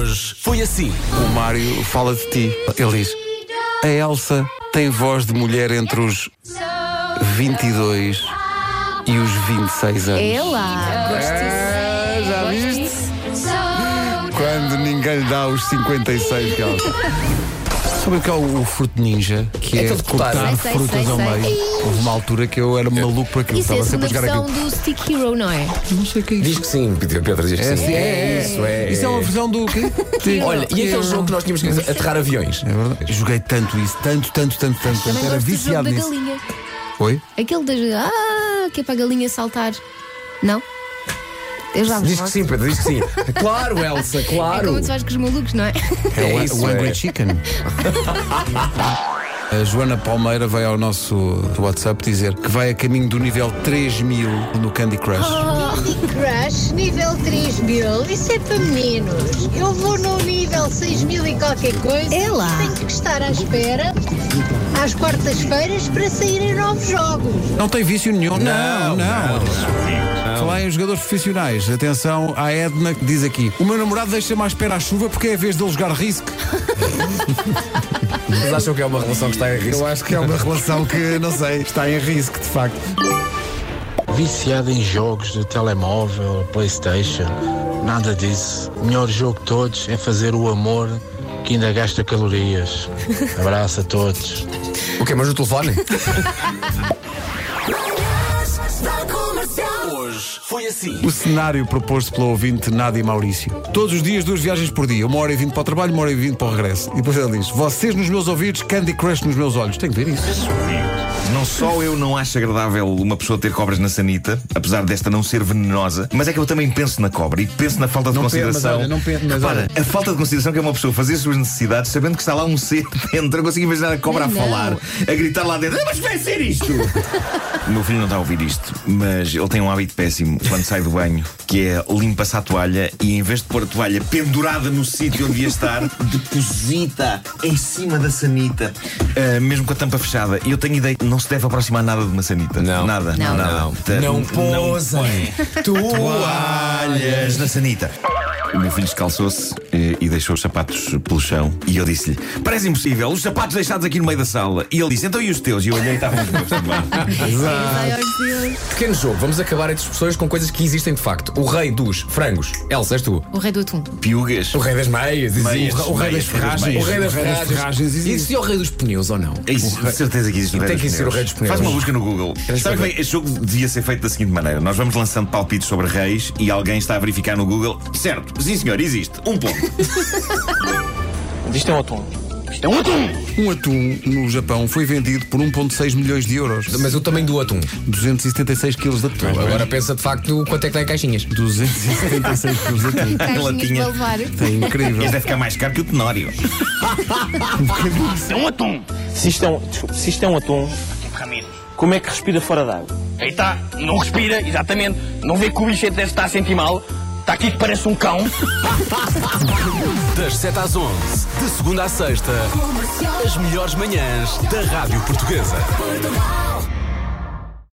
Hoje foi assim. O Mário fala de ti. Ele diz: a Elsa tem voz de mulher entre os 22 e os 26 anos. É lá, gosto Já viste? Quando ninguém lhe dá os 56 que ela... Sabe o que é o fruto ninja? Que é todo cortar cortado. Sei, frutas ao sei. meio. Houve uma altura que eu era maluco por aquilo. Isso é a Estava segunda sempre a jogar versão aquilo. do Stick Hero, não é? Não sei o que é Diz isso. que sim, Pedro diz que sim. Isso é uma versão do quê? Olha, e aquele jogo que nós tínhamos que aterrar aviões? É verdade. Eu joguei tanto isso, tanto. Também Era gosto do jogo viciado da nisso. galinha. Oi? Aquele das... que é para a galinha saltar. Não? Eu já vos Diz que mostro. sim, Pedro, diz que sim. Claro, Elsa, É claro. como se faz com os malucos, não é? É o isso, Angry é. Chicken. A Joana Palmeira veio ao nosso WhatsApp dizer que vai a caminho do nível 3000 no Candy Crush. Candy Crush, nível 3000, isso é para meninos. Eu vou no nível 6000 e qualquer coisa. É lá. Tenho que estar à espera às quartas-feiras para saírem novos jogos. Não tem vício nenhum. Não. Falar em jogadores profissionais, atenção à Edna que diz aqui: o meu namorado deixa-me à espera à chuva porque é a vez dele jogar Risk. Vocês acham que é uma relação que está em risco? Eu acho que é uma relação que, não sei, está em Risk, de facto. Viciado em jogos de telemóvel, PlayStation, nada disso. O melhor jogo de todos é fazer o amor que ainda gasta calorias. Abraço a todos. O quê, mas no telefone? Hoje foi assim. O cenário proposto pelo ouvinte Nádia Maurício: todos os dias 2 viagens por dia, 1h20 para o trabalho, 1h20 para o regresso. E depois ele diz: vocês nos meus ouvidos, Candy Crush nos meus olhos. Tenho que ver isso. Não só eu não acho agradável uma pessoa ter cobras na sanita, apesar desta não ser venenosa, mas é que eu também penso na cobra e penso na falta de consideração. Repara, a falta de consideração que é uma pessoa fazer as suas necessidades sabendo que está lá um ser dentro. Eu consigo imaginar a cobra Não. a falar, a gritar lá dentro: mas vai ser isto! O meu filho não está a ouvir isto, mas ele tem um hábito péssimo quando sai do banho, que é limpa-se a toalha e em vez de pôr a toalha pendurada no sítio onde devia estar, deposita em cima da sanita, mesmo com a tampa fechada. E eu tenho ideia que não se deve aproximar nada de uma sanita. Não. Nada. Não. Nada. Não posem Toalhas na sanita. O meu filho descalçou-se e deixou os sapatos pelo chão. E eu disse-lhe: parece impossível, os sapatos deixados aqui no meio da sala. E ele disse: então e os teus? E eu olhei e estavam os meus também. Ai, Deus. Pequeno jogo, vamos acabar entre expressões com coisas que existem de facto. O rei dos frangos. Elsa, és tu. O rei do atum. Piugas. O rei das meias. Meias. O rei das ferragens. O rei das O rei das ferragens ferragens. existe. Existe o rei dos pneus ou não? Isso, de certeza que existe. Tem que existir o rei dos pneus. Faz uma busca no Google. Sabe bem, este jogo devia ser feito da seguinte maneira: nós vamos lançando palpites sobre reis e alguém está a verificar no Google. Certo, sim senhor, existe. 1 ponto. Isto é um atum. Isto é um atum! Um atum no Japão foi vendido por 1,6 milhões de euros. Mas o tamanho do atum. 276 quilos de atum. Agora pensa de facto quanto é que tem em caixinhas. 276 quilos de atum. Caixinhas latinha. para levar. É incrível. Este deve ficar mais caro que o tenório. Isto é um atum! Se isto é um atum, como é que respira fora d'água? Aí está, não respira, exatamente. Não vê que o bicho deve estar a sentir mal. Está aqui que parece um cão. Das 7 às 11, de segunda à sexta, as melhores manhãs da Rádio Portuguesa.